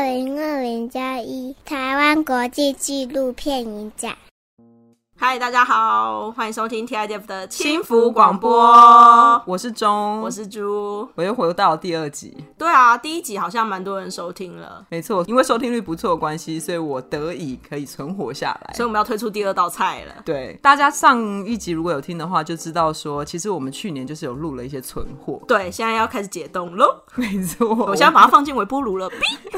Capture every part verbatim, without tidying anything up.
二零二零加一台湾国际纪录片影展。 嗨，大家好，欢迎收听 T I D F 的轻浮广播。 我是钟， 我是猪， 我又回到了第二集。 对啊，第一集好像蛮多人收听了。 没错，因为收听率不错的关系，所以我得以可以存活下来。 所以我们要推出第二道菜了。 对，大家上一集如果有听的话，就知道说，其实我们去年就是有录了一些存货。 对，现在要开始解冻咯。 没错， 我现在把它放进微波炉了。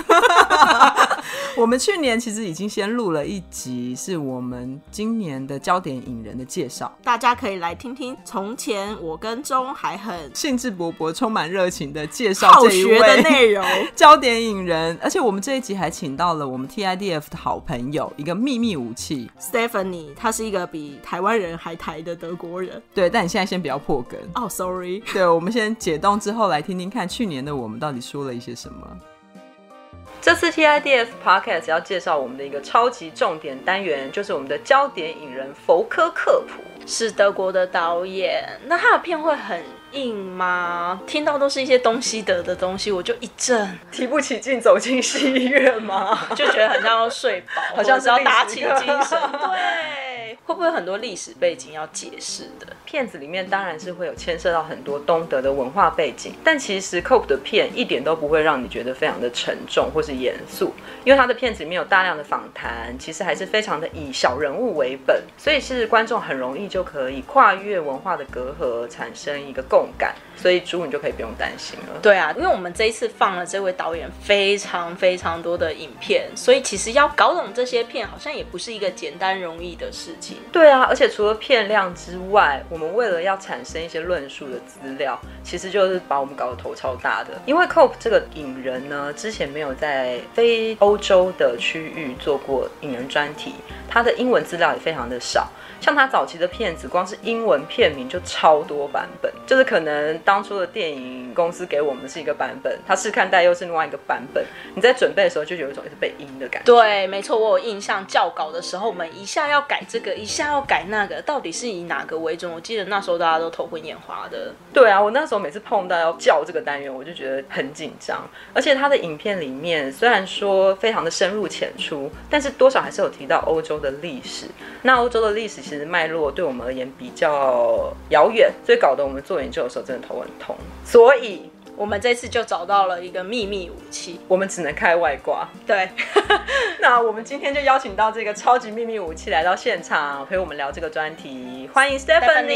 我们去年其实已经先录了一集，是我们今年的焦点影人的介绍， 大家可以来听听。从前我跟钟还很兴致勃勃、充满热情的介绍这一位好学的内容焦点影人，而且我们这一集还请到了我们 T I D F 的好朋友，一个秘密武器 Stephanie， 她是一个比台湾人还台的德国人。 对，但你现在先不要破梗哦、oh, sorry。 对，我们先解冻之后来听听看去年的我们到底说了一些什么。这次 T I D F Podcast 要介绍我们的一个超级重点单元，就是我们的焦点影人佛科克普， 是德国的导演。那他的片会很硬吗？听到都是一些东西德的东西，我就一阵提不起劲走进戏院吗？ 就觉得很像要睡饱， 好像是要打起精神。对，会不会很多历史背景要解释的？ 片子里面当然是会有牵涉到很多东德的文化背景，但其实 Cope 的片一点都不会让你觉得非常的沉重或是严肃，因为他的片子里面有大量的访谈，其实还是非常的以小人物为本，所以其实观众很容易就可以跨越文化的隔阂，产生一个共感，所以猪你就可以不用担心了。 对啊，因为我们这一次放了这位导演非常非常多的影片，所以其实要搞懂这些片好像也不是一个简单容易的事情。 对啊，而且除了片量之外，我们为了要产生一些论述的资料，其实就是把我们搞得头超大的。因为 Cope 这个影人呢，之前没有在非欧洲的区域做过影人专题，他的英文资料也非常的少。像他早期的片子，光是英文片名就超多版本，就是可能当初的电影公司给我们的是一个版本，他试看带又是另外一个版本，你在准备的时候就有一种是被阴的感觉。 对，没错，我有印象，校稿的时候我们一下要改这个，一下要改那个，到底是以哪个为准？我记得那时候大家都头昏眼花的。 对啊，我那时候每次碰到要校这个单元，我就觉得很紧张。而且他的影片里面虽然说非常的深入浅出，但是多少还是有提到欧洲的历史。那欧洲的历史其实脉络对我们而言比较遥远，所以搞得我们做研究的时候真的头很痛。所以我们这次就找到了一个秘密武器， 我们只能开外挂。 对， 那我们今天就邀请到这个超级秘密武器来到现场，陪我们聊这个专题。欢迎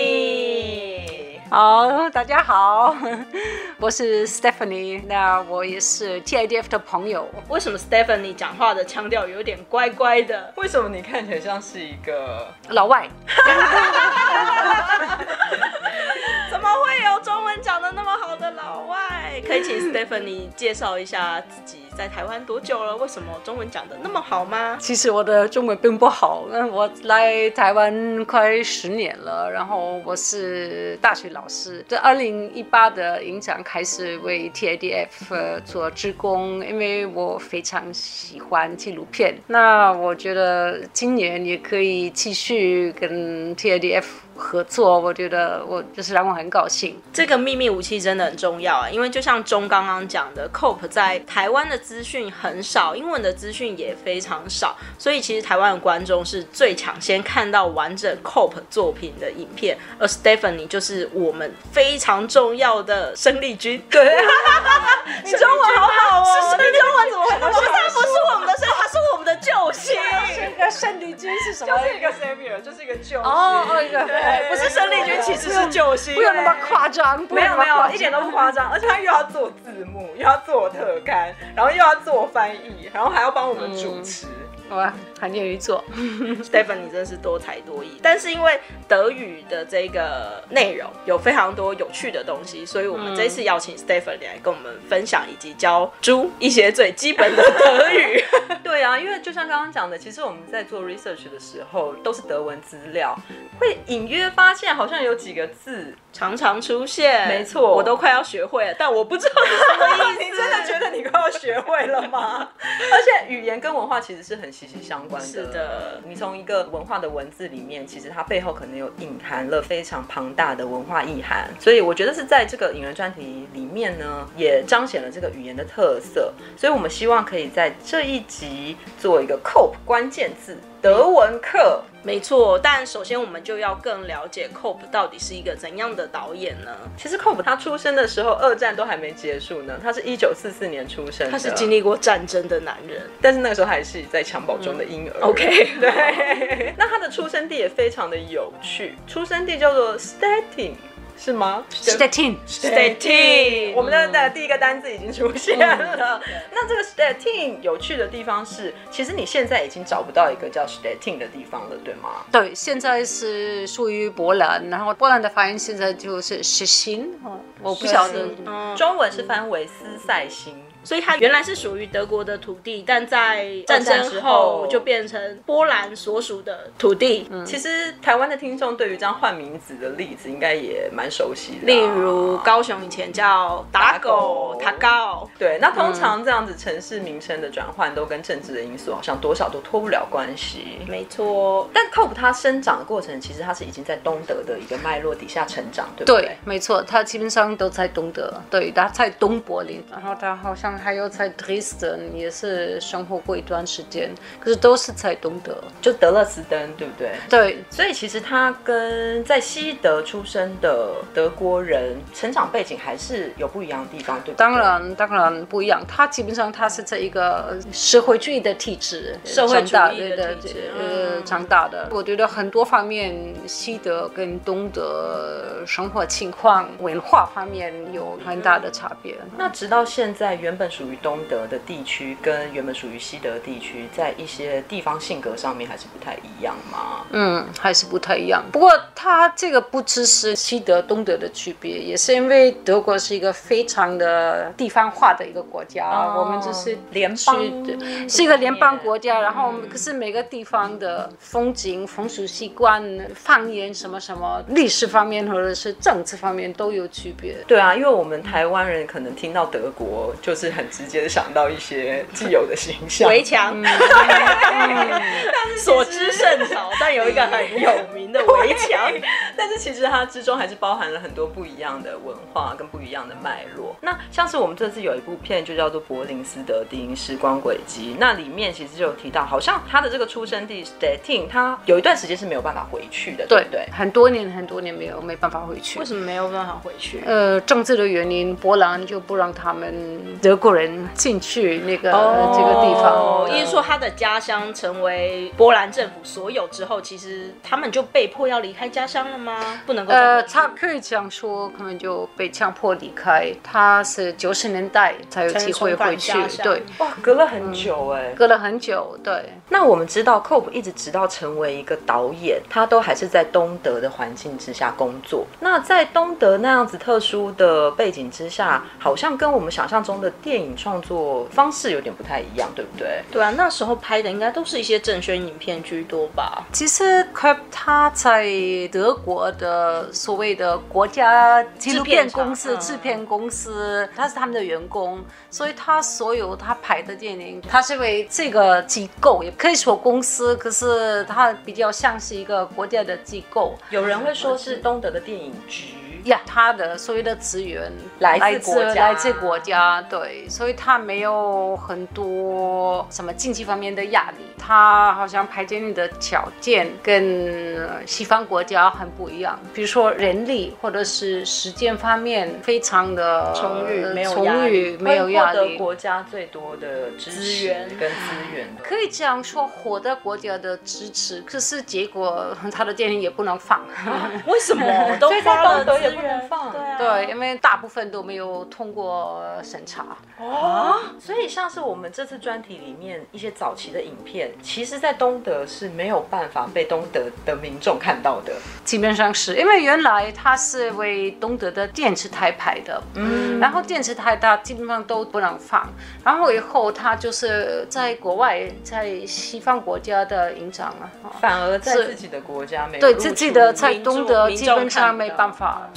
Stephanie。 好，大家好，我是 Stephanie， 那我也是 T I D F 的朋友。 为什么 Stephanie 讲话的腔调有点乖乖的？ 为什么你看起来像是一个老外？ 怎么会有中文讲得那么好的老外？可以请 Stephanie 介绍一下自己在台湾多久了？为什么中文讲得那么好吗？ 其实我的中文并不好，我来台湾快十年了，然后我是大学老师。在二零一八的影展开始为 T I D F 做志工，因为我非常喜欢纪录片。那我觉得今年也可以继续跟 T I D F合作，我觉得我就是让我很高兴。 这个秘密武器真的很重要啊，因为就像钟刚刚讲的 Cope 在台湾的资讯很少，英文的资讯也非常少，所以其实台湾的观众是最抢先看到完整 Cope 作品的影片，而 Stephanie 就是我们非常重要的生力军。对， 你中文好好哦， 你中文怎么很多？不是，他不是我们的生，他是我们的救星。 这个生力军是什么？ 就是一个 savior， 就是一个救星。 哦哦，一个不是生力军，其实是救星。 不用那么夸张， 没有没有，一点都不夸张。而且他又要做字幕，又要做特刊，然后又要做翻译，然后还要帮我们主持。嗯哇，很愿意做。 Stephanie 真是多才多艺，但是因为德语的这个内容有非常多有趣的东西，所以我们这次邀请 Stephanie 来跟我们分享，以及教猪一些最基本的德语。 对啊，因为就像刚刚讲的，其实我们在做 research 的时候都是德文资料，会隐约发现好像有几个字常常出现， 没错我都快要学会了，但我不知道是什么意思。 你真的觉得你快要学会了吗？而且语言跟文化其实是很息息相关的。 是的， 你从一个文化的文字里面，其实它背后可能有隐含了非常庞大的文化意涵。所以我觉得是在这个引人专题里面呢，也彰显了这个语言的特色。所以我们希望可以在这一集做一个 C O P E 关键字德文课。 没错，但首先我们就要更了解 C O P E 到底是一个怎样的导演呢？ 其实 C O P E 他出生的时候，二战都还没结束呢。他是一九四四年出生的， 他是经历过战争的男人， 但是那个时候还是在襁褓中的婴儿。 嗯、OK， 对。那他的出生地也非常的有趣，出生地叫做 Stettin。是吗 ？Stettin， Stettin， 我们的的第一个单字已经出现了。嗯、那这个 Stettin 有趣的地方是，其实你现在已经找不到一个叫 Stettin 的地方了，对吗？ 对，现在是属于波兰，然后波兰的发音现在就是实心，我不晓得， 嗯、中文是翻为斯塞辛。 所以它原来是属于德国的土地，但在战争后就变成波兰所属的土地。 嗯、其实台湾的听众对于这样换名字的例子应该也蛮熟悉的、啊， 例如高雄以前叫打狗、塔高。 对，那通常这样子城市名称的转换都跟政治的因素好像多少都脱不了关系。 没错， 但 C O P E 它生长的过程，其实它是已经在东德的一个脉络底下成长，对不对？ 对，没错，它基本上都在东德，对，它在东柏林，然后它好像还有在 Dresden 也是生活过一段时间，可是都是在东德， 就德勒斯登，对不对？ 对， 所以其实他跟在西德出生的德国人成长背景还是有不一样的地方，对不对？ 当然，当然不一样。他基本上他是在一个社会主义的体制， 社会主义的体制呃长大的。我觉得很多方面，西德跟东德生活情况、文化方面有很大的差别。 那直到现在，原本属于东德的地区跟原本属于西德的地区，在一些地方性格上面还是不太一样吗？ 嗯，还是不太一样。不过它这个不只是西德、东德的区别，也是因为德国是一个非常的地方化的一个国家，哦、我们就是联邦， 是一个联邦国家。然后可是每个地方的风景、风俗习惯、方言什么什么，历史方面或者是政治方面都有区别。 对啊，因为我们台湾人可能听到德国，就是很直接的想到一些既有的形象， 围墙，所知甚少，但有一个很有名的围墙。 但是其实它之中还是包含了很多不一样的文化跟不一样的脉络。那像是我们这次有一部片就叫做《柏林斯德丁时光轨迹》，那里面其实就有提到，好像他的这个出生地 Stettin， 他有一段时间是没有办法回去的，对不对？ 很多年很多年没有没办法回去。 为什么没有办法回去？ 呃，政治的原因，波兰就不让他们德国人进去那个、哦、这个地方。 意思说他的家乡成为波兰政府所有之后，其实他们就被迫要离开家乡了吗？不能够呃，他可以这样说，他们就被强迫离开。他是九十年代才有机会回去，对， 哇，隔了很久哎、 嗯，隔了很久，对。 那我们知道 C O P E 一直直到成为一个导演，他都还是在东德的环境之下工作。那在东德那样子特殊的背景之下，好像跟我们想象中的电影创作方式有点不太一样，对不对？ 对啊，那时候拍的应该都是一些政宣影片居多吧。 其实 C O P E 他在德国的所谓的国家纪录片公司、制片公司，他是他们的员工，所以他所有他拍的电影，他是为这个机构，也可以说公司，可是他比较像是一个国家的机构。 有人会说是东德的电影局。 呀，他的所有的资源来自国家， 来自国家，对，所以他没有很多什么经济方面的压力。他好像拍电影的条件跟西方国家很不一样，比如说人力或者是时间方面非常的充裕，没有充裕，没有压力， 获得国家最多的资源跟资源。 可以这样说，获得国家的支持，可是结果他的电影也不能放。 为什么？都花了资源。 不能放， 对啊， 对，因为大部分都没有通过审查哦，所以像是我们这次专题里面一些早期的影片，其实在东德是没有办法被东德的民众看到的。 基本上是因为原来它是为东德的电视台拍的，嗯，然后电视台它基本上都不能放，然后以后它就是在国外，在西方国家的影响啊， 反而在自己的国家没有， 对自己的在东德基本上没办法。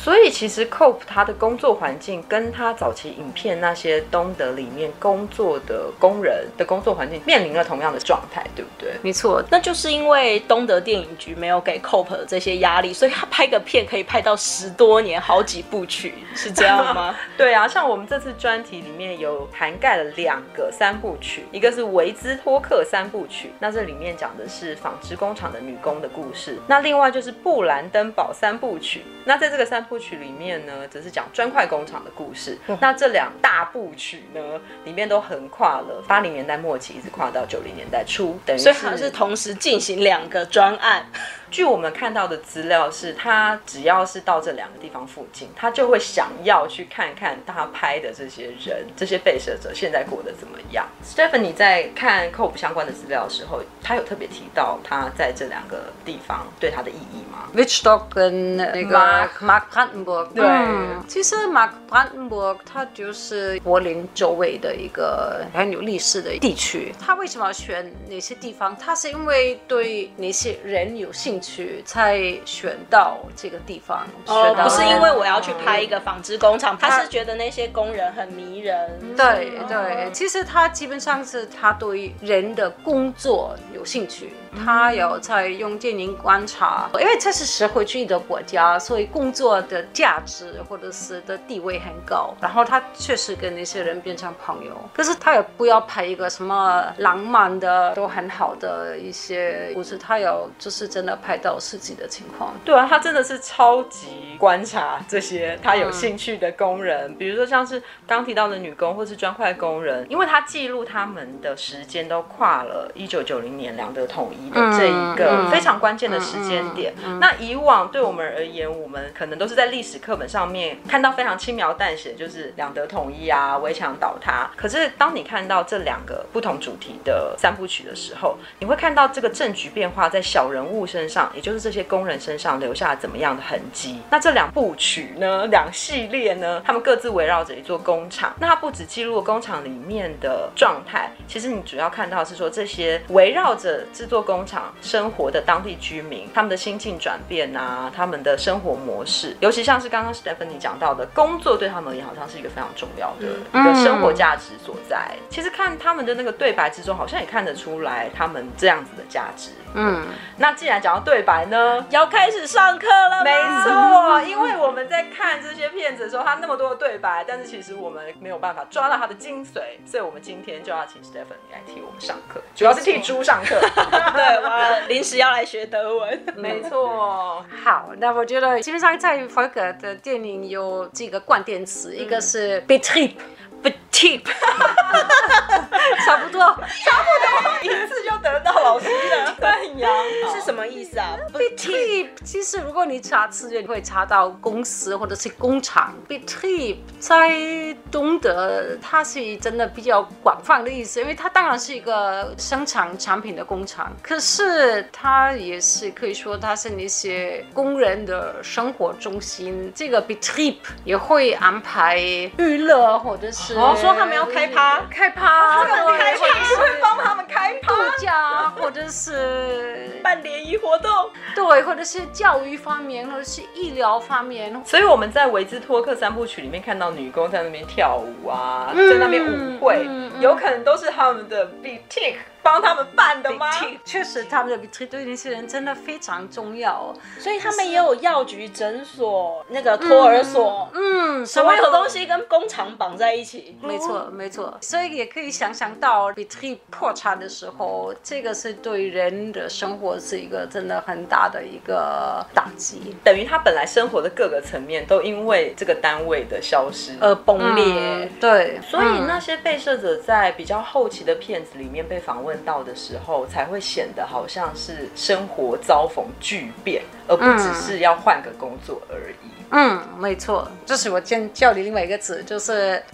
所以其实 Cope 他的工作环境跟他早期影片那些东德里面工作的工人的工作环境面临了同样的状态，对不对？ 没错， 那就是因为东德电影局没有给 Cope 这些压力，所以他拍个片可以拍到十多年，好几部曲，是这样吗？ 对啊，像我们这次专题里面有涵盖了两个三部曲，一个是维兹托克三部曲，那这里面讲的是纺织工厂的女工的故事，那另外就是布兰登堡三部曲，那在这个三部曲里面呢，则是讲砖块工厂的故事。嗯、那这两大部曲呢，里面都横跨了八零年代末期，一直跨到九零年代初，等于是， 所以它是同时进行两个专案。 据我们看到的资料是，他只要是到这两个地方附近，他就会想要去看看他拍的这些人，这些被摄者现在过得怎么样。Stephanie 在看 Cope 相关的资料的时候，他有特别提到他在这两个地方对他的意义吗？ Wittstock 跟那个 Mark Brandenburg。 对、 嗯，其实 Mark Brandenburg 它就是柏林周围的一个很有历史的地区。他为什么要选那些地方？他是因为对那些人有兴趣才选到这个地方。 哦，不是因为我要去拍一个纺织工厂，他是觉得那些工人很迷人。 对对，其实他基本上是他对人的工作有兴趣。他有在用电影观察，因为这是社会主义的国家，所以工作的价值或者是的地位很高。然后他确实跟那些人变成朋友，可是他也不要拍一个什么浪漫的、都很好的一些故事，他有就是真的拍到实际的情况。 对啊，他真的是超级观察这些他有兴趣的工人，嗯、比如说像是刚提到的女工或是砖块工人，因为他记录他们的时间都跨了一九九零年两德统一的这一个非常关键的时间点。嗯嗯嗯、那以往对我们而言，我们可能都是在历史课本上面看到非常轻描淡写，就是两德统一啊、围墙倒塌。可是当你看到这两个不同主题的三部曲的时候，你会看到这个政局变化在小人物身上，也就是这些工人身上留下了怎么样的痕迹。那这两部曲呢，两系列呢，他们各自围绕着一座工厂。那它不只记录了工厂里面的状态，其实你主要看到的是说这些围绕着这座工厂生活的当地居民，他们的心境转变啊，他们的生活模式，尤其像是刚刚 Stephanie 讲到的，工作对他们也好像是一个非常重要的一个生活价值所在。嗯、其实看他们的那个对白之中，好像也看得出来他们这样子的价值。嗯，那既然讲到对白呢， 要开始上课了吗？ 没错，因为我们在看这些片子的时候，他那么多的对白，但是其实我们没有办法抓到他的精髓，所以我们今天就要请 Stephanie 来替我们上课，主要是替猪上课。 对，我临时要来学德文。 没错。 好，那我觉得基本上在 Volker 的电影有几个关键词，嗯、一个是 Betrieb。Betrieb 差不多，差不多，一次就得到老师的赞扬。 是什么意思啊 ？Betrieb 其实如果你查资源，会查到公司或者是工厂。Betrieb 在东德，它是真的比较广泛的意思，因为它当然是一个生产产品的工厂，可是它也是可以说它是那些工人的生活中心。这个 Betrieb 也会安排娱乐或者是。 哦，说他们要开趴， 开趴， 他们开趴会帮他们开趴， 度假或者是办联谊活动， 对，或者是教育方面，或者是医疗方面。 所以我们在维兹托克三部曲里面看到女工在那边跳舞啊，嗯、在那边舞会，嗯嗯、有可能都是他们的 Betrieb帮他们办的吗？ 确实，他们的 Betrieb 对那些人真的非常重要， 所以他们也有药局、诊所、那个托儿所，嗯，所有东西跟工厂绑在一起。 没错，没错，所以也可以想象到 Betrieb 破产的时候，这个是对人的生活是一个真的很大的一个打击， 等于他本来生活的各个层面都因为这个单位的消失而崩裂。 嗯、对， 所以那些被摄者在比较后期的片子里面被访问到的时候，才会显得好像是生活遭逢巨变，而不只是要换个工作而已。 嗯，没错，这是我先教你另外一个词，就是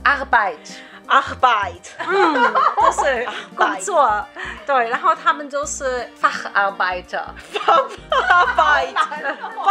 Arbeit。Arbeit， 嗯， 就是工作，对，然后他们都是 Facharbeiter，Facharbeiter，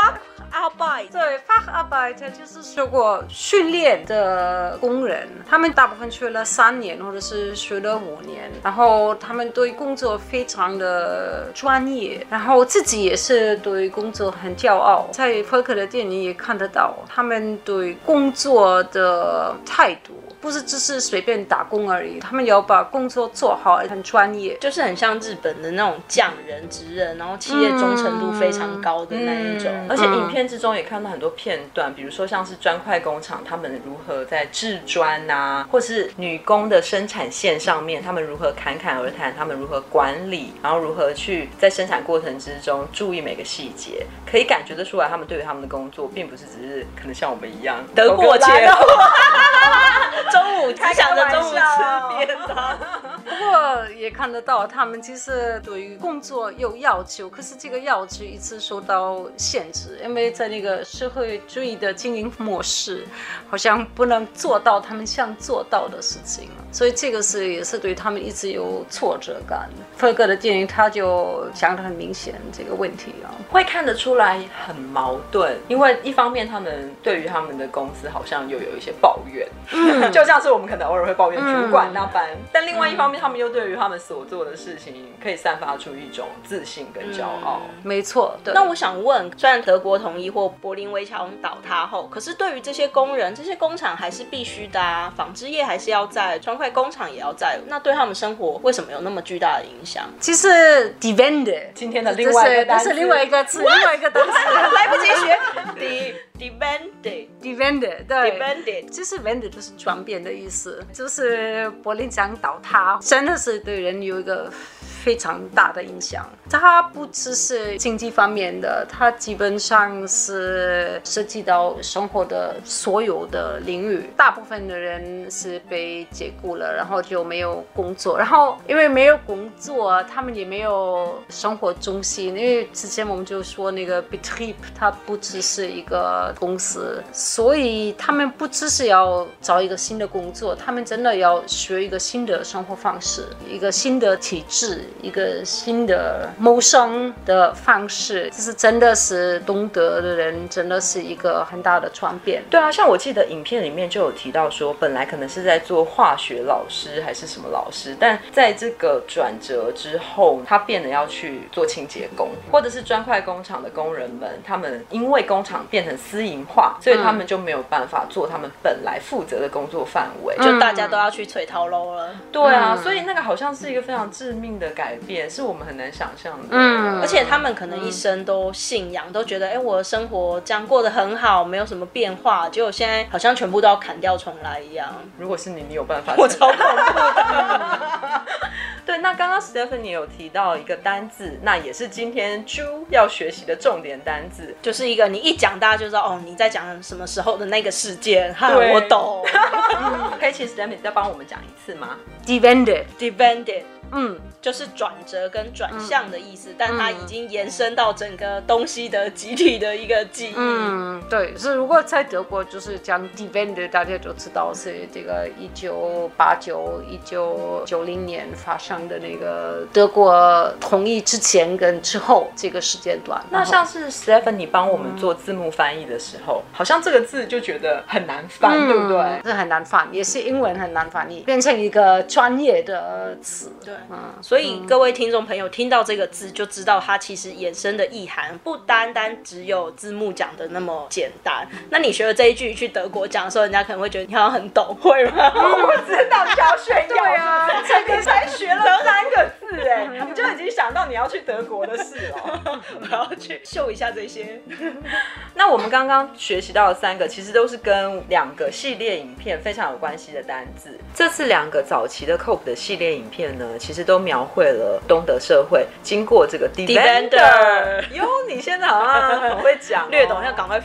Facharbeit， 对 ，Facharbeit 就是受过训练的工人，他们大部分学了三年或者是学了五年，然后他们对工作非常的专业，然后自己也是对工作很骄傲。在福克的电影也看得到，他们对工作的态度。不是只是随便打工而已，他们要把工作做好，很专业， 就是很像日本的那种匠人、职人，然后企业忠诚度非常高的那一种。 嗯嗯、而且影片之中也看到很多片段，比如说像是砖块工厂，他们如何在制砖啊，或是女工的生产线上面，他们如何侃侃而谈，他们如何管理，然后如何去在生产过程之中注意每个细节，可以感觉得出来，他们对于他们的工作，并不是只是可能像我们一样得过且过。中午只想着中午吃便当， 不过也看得到他们其实对于工作有要求，可是这个要求一直受到限制，因为在那个社会主义的经营模式，好像不能做到他们想做到的事情，所以这个是也是对他们一直有挫折感。福克的电影他就讲得很明显这个问题啊， 会看得出来很矛盾，因为一方面他们对于他们的公司好像又有一些抱怨，嗯、就像是我们可能偶尔会抱怨主管那般，嗯、但另外一方面他们又对于他们所做的事情可以散发出一种自信跟骄傲。 嗯、没错。对。 那我想问，虽然德国统一或柏林围墙倒塌后，可是对于这些工人，这些工厂还是必须的啊，纺织业还是要在，砖块工厂也要在，那对他们生活为什么有那么巨大的影响？ 其实 Die Wende 今天的另外一个单词， 这是另外一个词，另外一个单词， 来不及学。Die Die Wende Die Wende 对 Die Wende 其实 Wende 就是转变的意思，就是柏林墙倒塌，真的是对人有一个非常大的影响。它不只是经济方面的，它基本上是涉及到生活的所有的领域。大部分的人是被解雇了，然后就没有工作，然后因为没有工作，他们也没有生活中心。因为之前我们就说那个 Betrieb 它不只是一个公司，所以他们不只是要找一个新的工作，他们真的要学一个新的生活方式，一个新的体制，一个新的谋生的方式。这是真的是懂得的人真的是一个很大的转变。 对啊，像我记得影片里面就有提到说，本来可能是在做化学老师还是什么老师，但在这个转折之后，他变得要去做清洁工，或者是砖块工厂的工人们，他们因为工厂变成私营化，所以他们就没有办法做他们本来负责的工作范围， 嗯、就大家都要去垂头喽了。 对啊、嗯，所以那个好像是一个非常致命的改变，是我们很难想象的。 嗯，而且他们可能一生都信仰，嗯、都觉得哎、欸，我的生活这样过得很好，没有什么变化，结果现在好像全部都要砍掉重来一样。 如果是你，你有办法？ 我超恐怖的。 对，那刚刚 Stephanie 有提到一个单字，那也是今天猪要学习的重点单字， 就是一个你一讲大家就知道哦，你在讲什么时候的那个事件。哈，我懂。 可以请 Stephanie 再帮我们讲一次吗 Die Wende Die Wende 嗯， 就是转折跟转向的意思，嗯、但它已经延伸到整个东西的集体的一个记忆。 嗯，对，是如果在德国就是讲 Die Wende， 大家就知道是这个一九八九、一九九零年发生的那个德国统一之前跟之后这个时间段。 那像是 Stephanie 帮我们做字幕翻译的时候，嗯、好像这个字就觉得很难翻，嗯、对不对？ 是很难翻，也是英文很难翻译，变成一个专业的词。 对。嗯，所以各位听众朋友听到这个字就知道它其实衍生的意涵不单单只有字幕讲的那么简单。那你学了这一句去德国讲的时候，人家可能会觉得你好像很懂，会吗？ 我不知道你要炫耀， 对啊， 这个才学了三个字哎，你就已经想到你要去德国的事了。 我要去秀一下这些。 那我们刚刚学习到的三个，其实都是跟两个系列影片非常有关系的单字。这次两个早期的 Cope 的系列影片呢，其实都描绘了东德社会经过这个 Die Wende。哟，你现在好像很会讲、哦， 略懂，要赶快复习。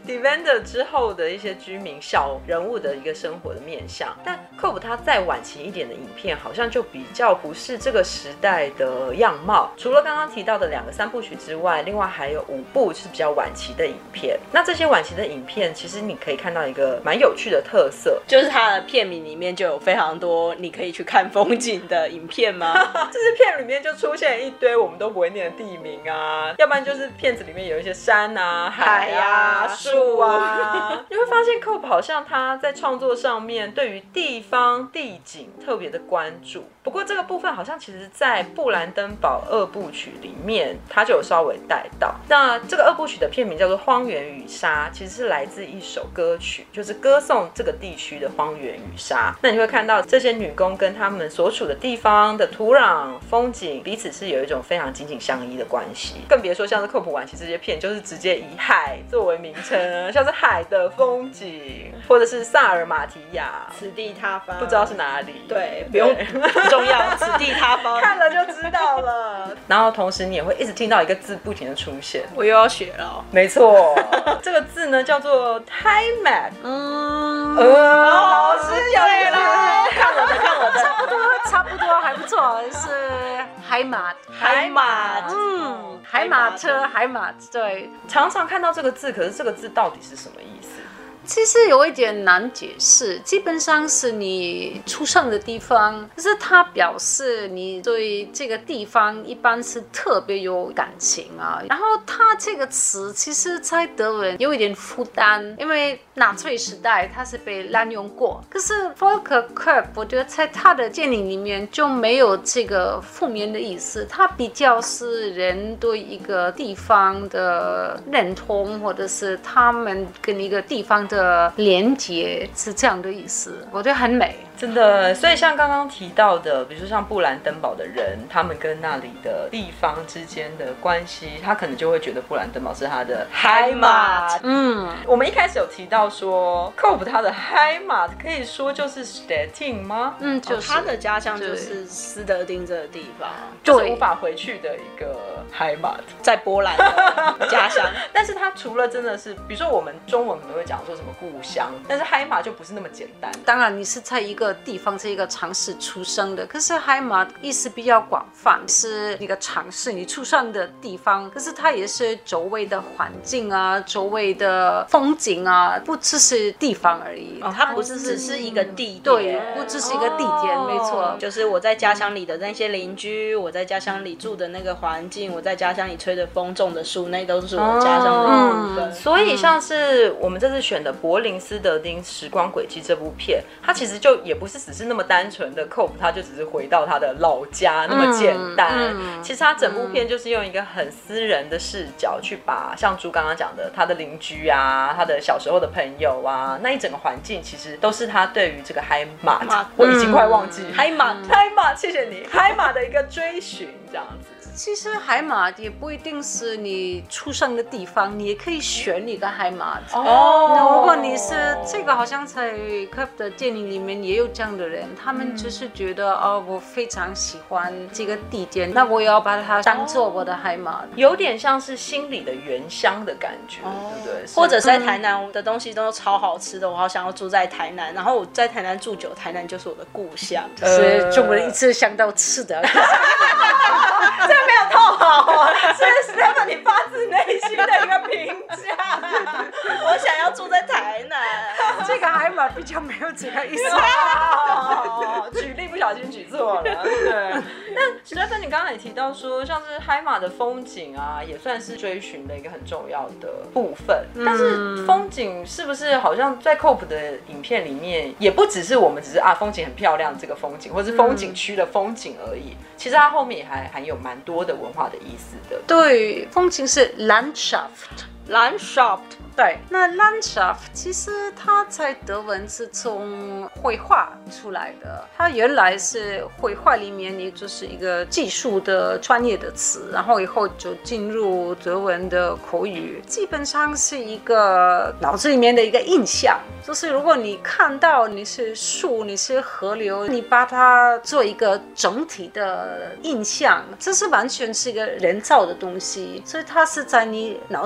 Devender 之后的一些居民小人物的一个生活的面向，但 Cope 他再晚期一点的影片好像就比较不是这个时代的样貌。除了刚刚提到的两个三部曲之外，另外还有五部是比较晚期的影片。那这些晚期的影片其实你可以看到一个蛮有趣的特色， 就是它的片名里面就有非常多你可以去看风景的影片吗？ 这些片里面就出现一堆我们都不会念的地名啊，要不然就是片子里面有一些山啊、海啊、树啊。你会发现 Cope 好像他在创作上面对于地方地景特别的关注。不过这个部分好像其实在布兰登堡二部曲里面他就有稍微带到。那这个二部曲的片名叫做《荒原与沙》，其实是来自一首歌曲，就是歌颂这个地区的荒原与沙。那你会看到这些女工跟他们所处的地方的土壤、风景彼此是有一种非常紧紧相依的关系。更别说像是 Cope 晚期这些片就是直接以海作为名称，像是海的风景，或者是萨尔马提亚， 此地他方， 不知道是哪里。 对，不用不重要，此地他方， 看了就知道了。然后同时你也会一直听到一个字不停的出现， 我又要学了、哦。 没错，这个字呢叫做 Heimat。 嗯， 呃，好是有点啦， 看我的，看我的， 差不多，差不多，还不错，是海马， 海马， 嗯，海马车，海马，对， 常常看到这个字，可是这个字到底是什么意思？ 其实有一点难解释，基本上是你出生的地方，可是它表示你对这个地方一般是特别有感情啊。然后它这个词其实在德文有一点负担，因为纳粹时代它是被滥用过。可是 Volker Koepp 我觉得在他的电影里面就没有这个负面的意思，它比较是人对一个地方的认同，或者是他们跟一个地方的的连结，是这样的意思，我觉得很美。 真的，所以像刚刚提到的，比如说像布兰登堡的人，他们跟那里的地方之间的关系，他可能就会觉得布兰登堡是他的 Heimat。 嗯， 我们一开始有提到说 Cope 他的 Heimat 可以说就是 Stettin 吗？ 嗯，就是、 哦、他的家乡就是斯德丁这个地方， 就是无法回去的一个 Heimat， 在波兰的家乡。 但是他除了真的是，比如说我们中文可能会讲说什么故乡，但是 Heimat 就不是那么简单。 当然，你是在一个地方这一个城市出生的，可是海马意思比较广泛，是一个城市你出生的地方，可是它也是周围的环境啊，周围的风景啊，不只是地方而已。 哦，它不是只是一个地点， 对，不只是一个地点， 哦、 没错， 就是我在家乡里的那些邻居，我在家乡里住的那个环境，我在家乡里吹的风、种的树，那都是我家乡的一部分。 嗯、所以像是我们这次选的柏林斯德丁时光轨迹这部片，它其实就也不是只是那么单纯的 Cope 他就只是回到他的老家那么简单、嗯嗯、其实他整部片就是用一个很私人的视角去把像朱刚刚讲的他的邻居啊，他的小时候的朋友啊，那一整个环境其实都是他对于这个 Heimat、嗯、我已经快忘记 Heimat Heimat 谢谢你 Heimat 的一个追寻这样子。 其实海马也不一定是你出生的地方，你也可以选一个海马。哦，那如果你是这个，好像在 Cope 的电影里面也有这样的人，他们就是觉得、嗯、哦，我非常喜欢这个地点，那我也要把它当做我的海马， 有点像是心里的原乡的感觉，哦、对不对？ 或者在台南的东西都超好吃的，我好想要住在台南，然后我在台南住久，台南就是我的故乡。 就是中国人一直想到吃的。 这个没有透好，是 Stephen 你发自内心的一个评价。 我想要住在台南， 这个海马比较没有这个意思。 哦、举例不小心举错了。对，那 Stephen 你刚刚也提到说，像是海马的风景啊，也算是追寻的一个很重要的部分。嗯、但是风景是不是好像在 Cope 的影片里面，也不只是我们只是啊风景很漂亮这个风景，或是风景区的风景而已。其实它后面也还含有蛮多的文化的意思的。 对，风景是 Landschaft。 Landschaft， 对，那 Landschaft 其实它在德文是从绘画出来的，它原来是绘画里面也就是一个技术的专业的词，然后以后就进入德文的口语，基本上是一个脑子里面的一个印象，就是如果你看到你是树，你是河流，你把它做一个整体的印象，这是完全是一个人造的东西，所以它是在你脑子里面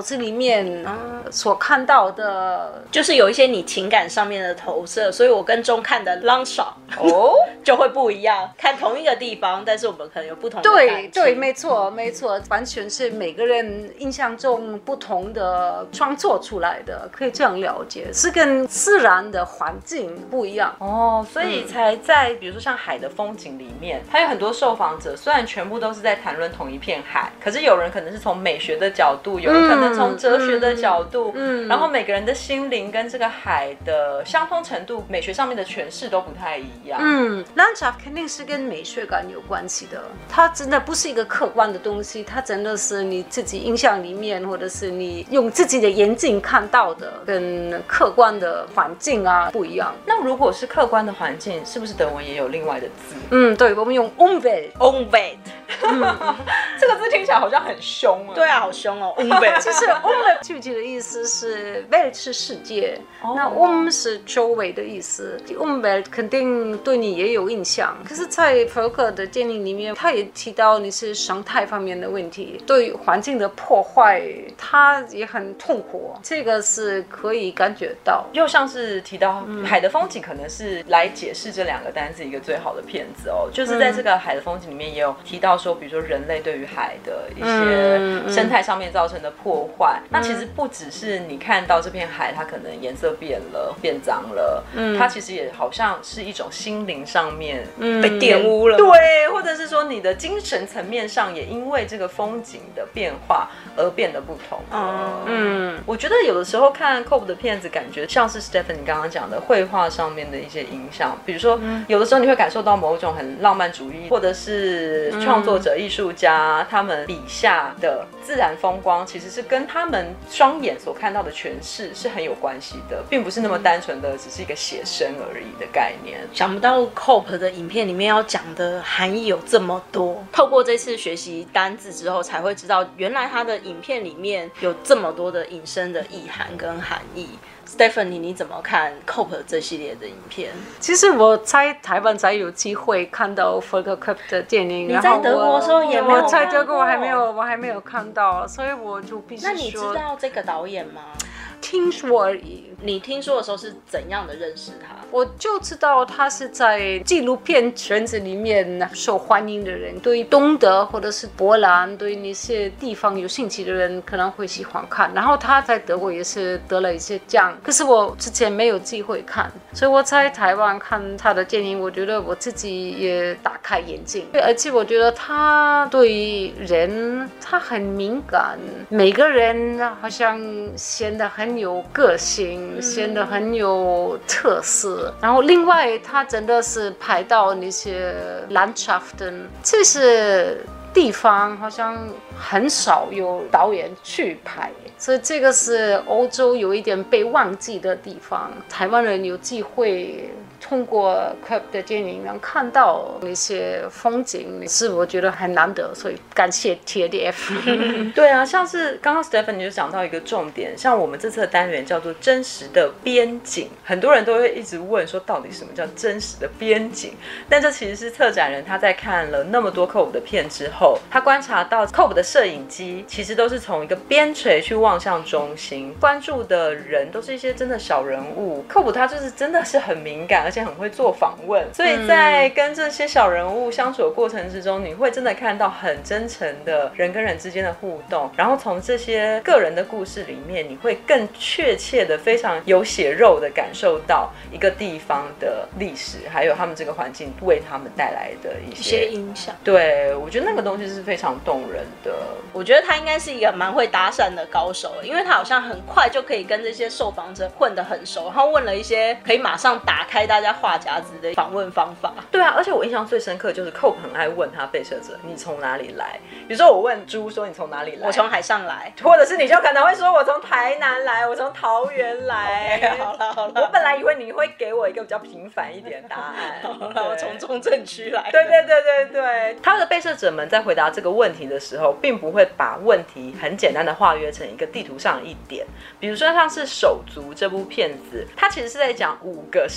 面所看到的， 就是有一些你情感上面的投射，所以我跟钟看的 long shot 哦就会不一样，看同一个地方，但是我们可能有不同的对感情。 对，没错没错，完全是每个人印象中不同的创作出来的，可以这样了解，是跟自然的环境不一样。 哦，所以才在比如说像海的风景里面，还有很多受访者，虽然全部都是在谈论同一片海，可是有人可能是从美学的角度，有人可能从哲学的角度，嗯，然后每个人的心灵跟这个海的相通程度，美学上面的诠释都不太一样。 嗯 ，Landschaft 肯定是跟美学感有关系的，它真的不是一个客观的东西，它真的是你自己印象里面，或者是你用自己的眼睛看到的，跟客观的环境啊不一样。 那如果是客观的环境，是不是德文也有另外的字？ 嗯，对，我们用 Umwelt。 Umwelt 这个字听起来好像很凶啊。 对啊，好凶哦 Umwelt 其实 Umwelt 具体的意思是 Welt 是世界，哦、那 Um 是周围的意思。Umwelt 肯定对你也有印象，可是，在弗洛克的电影里面，他也提到你是生态方面的问题，对环境的破坏，他也很痛苦，这个是可以感觉到。 又像是提到海的风景，可能是来解释这两个单字一个最好的片子哦。就是在这个海的风景里面，也有提到说，比如说人类对于海的一些生态上面造成的破坏。嗯、那其实不只是你看到这片海，它可能颜色变了、变脏了，嗯、它其实也好像是一种心灵上面被玷污了。 对，或者是说你的精神层面上也因为这个风景的变化而变得不同。嗯嗯，我觉得有的时候看 Cope 的片子，感觉像是 Stephanie 刚刚讲的绘画上面的一些影响，比如说、嗯、有的时候你会感受到某种很浪漫主义，或者是创作者、艺术家、嗯、他们笔下的自然风光，其实是跟他们双眼所看到的诠释是很有关系的，并不是那么单纯的只是一个写生而已的概念。 想不到 Cope 的影片里面要讲的含义有这么多，透过这次学习单字之后，才会知道原来他的影片里面有这么多的引申的意涵跟含义。Stephanie 你怎么看 Cope 这系列的影片？ 其实我在台湾才有机会看到 Volker Cope 的电影。 你在德国的时候也没有看过？ 我在德国我还没有，我还没有看到，所以我就必须说。 那你知道这个导演吗？ 听说而已。 你听说的时候是怎样的认识他？ 我就知道他是在纪录片圈子里面受欢迎的人，对东德或者是波兰，对那些地方有兴趣的人可能会喜欢看。然后他在德国也是得了一些奖，可是我之前没有机会看，所以我在台湾看他的电影，我觉得我自己也打开眼睛，而且我觉得他对人他很敏感，每个人好像显得很有个性，显得很有特色。然后另外他真的是拍到那些 Landschaften， 这是地方好像很少有导演去拍，所以这个是欧洲有一点被忘记的地方。台湾人有机会通过 Cope 的电影能看到那些风景，是我觉得很难得，所以感谢 T A D F 对啊，像是刚刚 Stephanie 就讲到一个重点，像我们这次的单元叫做真实的边景，很多人都会一直问说到底什么叫真实的边景，但这其实是策展人他在看了那么多 Cope 的片之后，他观察到 Cope 的摄影机其实都是从一个边陲去望向中心，关注的人都是一些真的小人物。Cope 他就是真的是很敏感，而且很会做访问，所以在跟这些小人物相处的过程之中，你会真的看到很真诚的人跟人之间的互动，然后从这些个人的故事里面，你会更确切的非常有血肉的感受到一个地方的历史，还有他们这个环境为他们带来的一些, 一些影响。 对，我觉得那个东西是非常动人的。 我觉得他应该是一个蛮会搭讪的高手，因为他好像很快就可以跟这些受访者混得很熟，然后问了一些可以马上打开大家话匣子的访问方法。 对啊，而且我印象最深刻就是 Cope 很爱问他被摄者你从哪里来，比如说我问猪说你从哪里来， 我从海上来， 或者是你就可能会说我从台南来，我从桃园来。 okay, 好了好了， 我本来以为你会给我一个比较平凡一点的答案。 好了，我从中正区来。 对对对对对，他的被摄者们在回答这个问题的时候，并不会把问题很简单的化约成一个地图上的一点，比如说像是手足这部片子，它其实是在讲五个身世非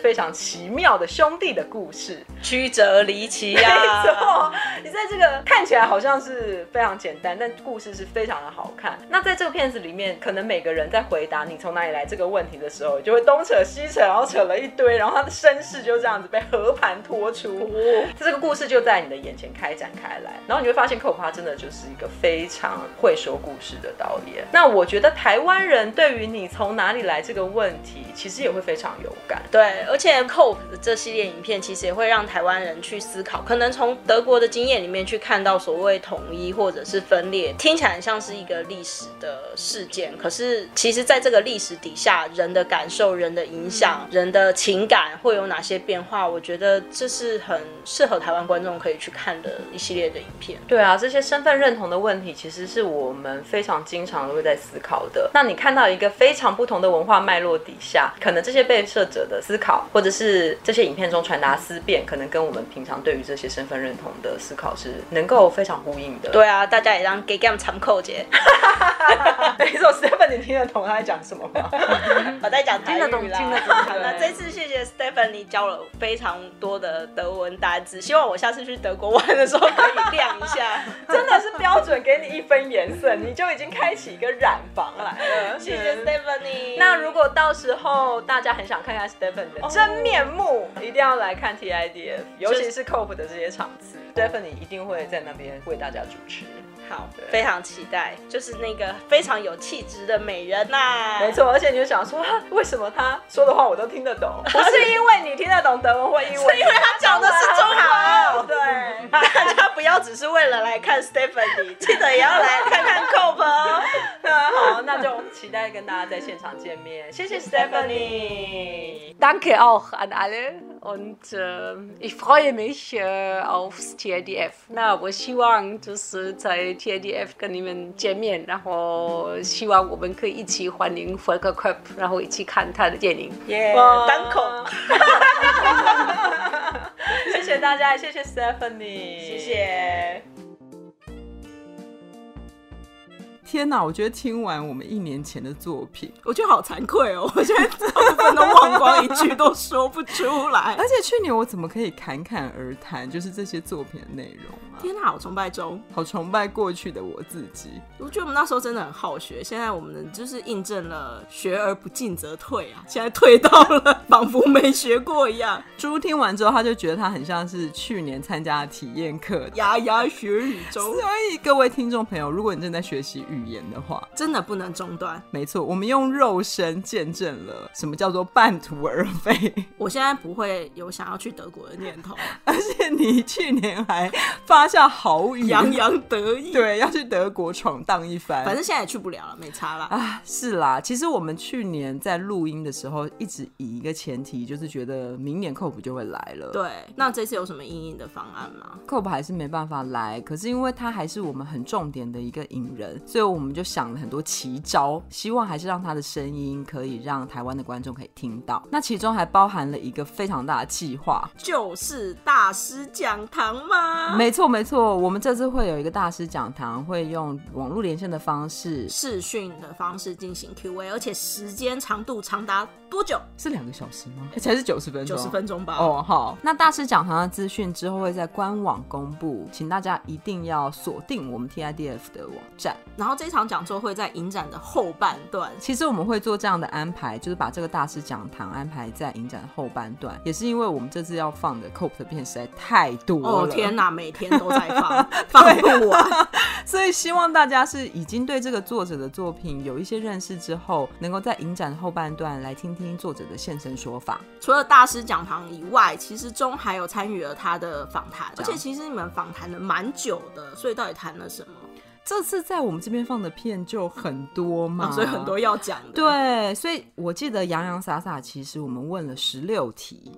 非常奇妙的兄弟的故事， 曲折离奇呀。 没错，你在这个看起来好像是非常简单，但故事是非常的好看。那在这个片子里面，可能每个人在回答你从哪里来这个问题的时候，就会东扯西扯，然后扯了一堆，然后他的身世就这样子被和盘托出。哦，这个故事就在你的眼前开展开来，然后你会发现寇他真的就是一个非常会说故事的导演。那我觉得台湾人对于你从哪里来这个问题，其实也会非常有感。 对，而且 Cope 的这系列影片其实也会让台湾人去思考，可能从德国的经验里面去看到所谓统一或者是分裂，听起来很像是一个历史的事件，可是其实在这个历史底下，人的感受、人的影响、人的情感会有哪些变化，我觉得这是很适合台湾观众可以去看的一系列的影片。 对啊，这些身份认同的问题其实是我们非常经常都会在思考的。那你看到一个非常不同的文化脉络底下，可能这些被摄者的思考，或者是这些影片中传达思辨，可能跟我们平常对于这些身份认同的思考是能够非常呼应的。 对啊，大家也让给 game 参考节。 没错 ，Stephen， 你听得懂他在讲什么吗？ 我在讲台语啦， 听得懂，听得懂。 好，那这次谢谢 Stephanie 教了非常多的德文单字，希望我下次去德国玩的时候可以亮一下。 真的是标准给你一分颜色，你就已经开启一个染房来了。 谢谢 Stephanie。 那如果到时候大家很想看看 Stephanie 的真面目，哦，一定要来看 T I D F， 尤其是 Cope 的这些场次， Stephanie 一定会在那边为大家主持。 好，非常期待，就是那个非常有气质的美人呐，啊。 没错，而且你就想说，为什么他说的话我都听得懂？不是因为你听得懂德文或英文， 是因为他讲的是中文。 对， 大家不要只是为了来看 Stephanie， 记得也要来看看 Cope 哦。 好，那就期待跟大家在现场见面。谢谢 Stephanie。 Danke auch an alle und äh, ich freue mich äh, aufs T I D F。 那我希望就是在 T I D F 跟你们见面，然后希望我们可以一起欢迎 Volker Kopp， 然后一起看他的电影。 耶，单口。 谢谢大家，谢谢 Stephanie， 谢谢。 天哪，我觉得听完我们一年前的作品，我觉得好惭愧哦，我现在大部分都忘光，一句都说不出来。而且去年我怎么可以侃侃而谈，就是这些作品的内容啊？ 天哪，好崇拜中， 好崇拜过去的我自己。 我觉得我们那时候真的很好学，现在我们就是印证了学而不进则退啊，现在退到了仿佛没学过一样。 猪听完之后，他就觉得他很像是去年参加的体验课， 牙牙学语中。 所以各位听众朋友，如果你正在学习语言的话， 真的不能中断。 没错，我们用肉身见证了什么叫做半途而废。 我现在不会有想要去德国的念头， 而且你去年还发下豪语， 洋洋得意， 对，要去德国闯荡一番。 反正现在也去不了了，没差啦。 啊，是啦，其实我们去年在录音的时候，一直以一个前提，就是觉得明年 Cope 就会来了。 对，那这次有什么因应的方案吗？ Cope 还是没办法来，可是因为他还是我们很重点的一个影人，所以我们就想了很多奇招，希望还是让他的声音可以让台湾的观众可以听到。那其中还包含了一个非常大的计划， 就是大师讲堂吗？ 没错没错，我们这次会有一个大师讲堂，会用网络连线的方式， 视讯的方式进行 Q A， 而且时间长度长达多久？ 是两个小时吗？才是九十分钟？ 九十分钟吧。 哦，好。那大师讲堂的资讯之后会在官网公布，请大家一定要锁定我们 T I D F 的网站。 然后这场讲座会在影展的后半段。 其实我们会做这样的安排，就是把这个大师讲堂安排在影展后半段，也是因为我们这次要放的 Cope 的片实在太多了。 哦天哪，每天都在放，放不完。 所以希望大家是已经对这个作者的作品有一些认识之后，能够在影展后半段来听听作者的现身说法。 除了大师讲堂以外，其实中还有参与了他的访谈，而且其实你们访谈了蛮久的，所以到底谈了什么？ 这次在我们这边放的片就很多嘛， 哦，所以很多要讲的。 对，所以我记得洋洋洒洒，其实我们问了十六题， 到底有没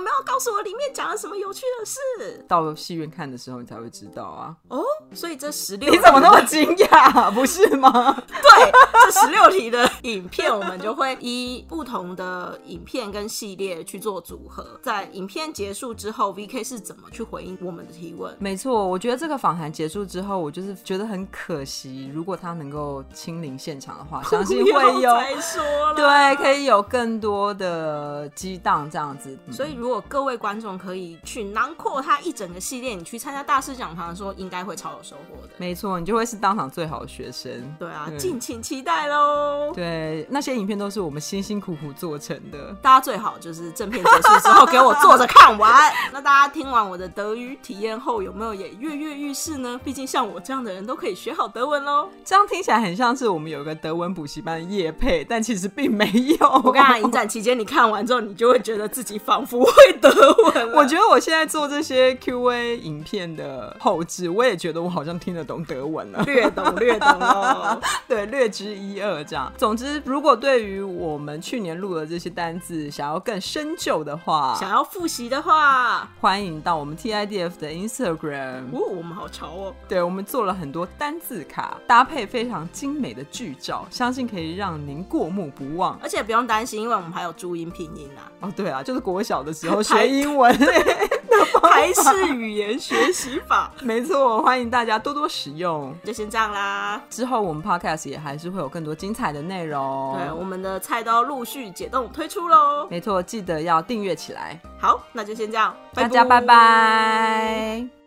没有告诉我里面讲了什么有趣的事？ 到了戏院看的时候你才会知道啊。 哦，所以这十六你怎么那么惊讶？不是吗？ 对，这十六题的影片我们就会依不同的影片跟系列去做组合，在影片结束之后 V K 是怎么去回应我们的提问。 没错，我觉得这个访谈结束之后，我就是觉得很可惜，如果他能够亲临现场的话，相信会有再说了， 对，可以有更多的激荡这样子。 所以如果各位观众可以去囊括他一整个系列，你去参加大师讲堂的时候应该会超有收获的。 没错，你就会是当场最好的学生。 对啊，敬请期待咯。 对，那些影片都是我们辛辛苦苦做成的， 大家最好就是正片结束之后给我坐着看完。那大家听完我的德语体验后有没有也跃跃欲试呢？毕竟像我这样的人都可以学好德文咯。 这样听起来很像是我们有一个德文补习班的业配，但其实并没有。 我跟你讲，影展期间你看完之后你就会觉得自己仿佛会德文了。 我觉得我现在做这些 Q A 影片的后制，我也觉得我好像听得懂德文了， 略懂略懂咯。 对，略知一二这样。总之，如果对于我们去年录的这些单字想要更深究的话， 想要复习的话， 欢迎到我们 T I D F 的 Instagram。 哦，我们好潮哦！ 对，我们做了很多单字卡，搭配非常精美的剧照，相信可以让您过目不忘。 而且不用担心，因为我们还有注音拼音啊。 哦，对啊，就是国小的时候学英文台式语言学习法。 没错，欢迎大家多多使用。 就先这样啦， 之后我们 podcast 也还是会有更多精彩的内容。 对，我们的菜刀陆续解冻推出咯。 没错，记得要订阅起来。 好，那就先这样， 大家拜拜。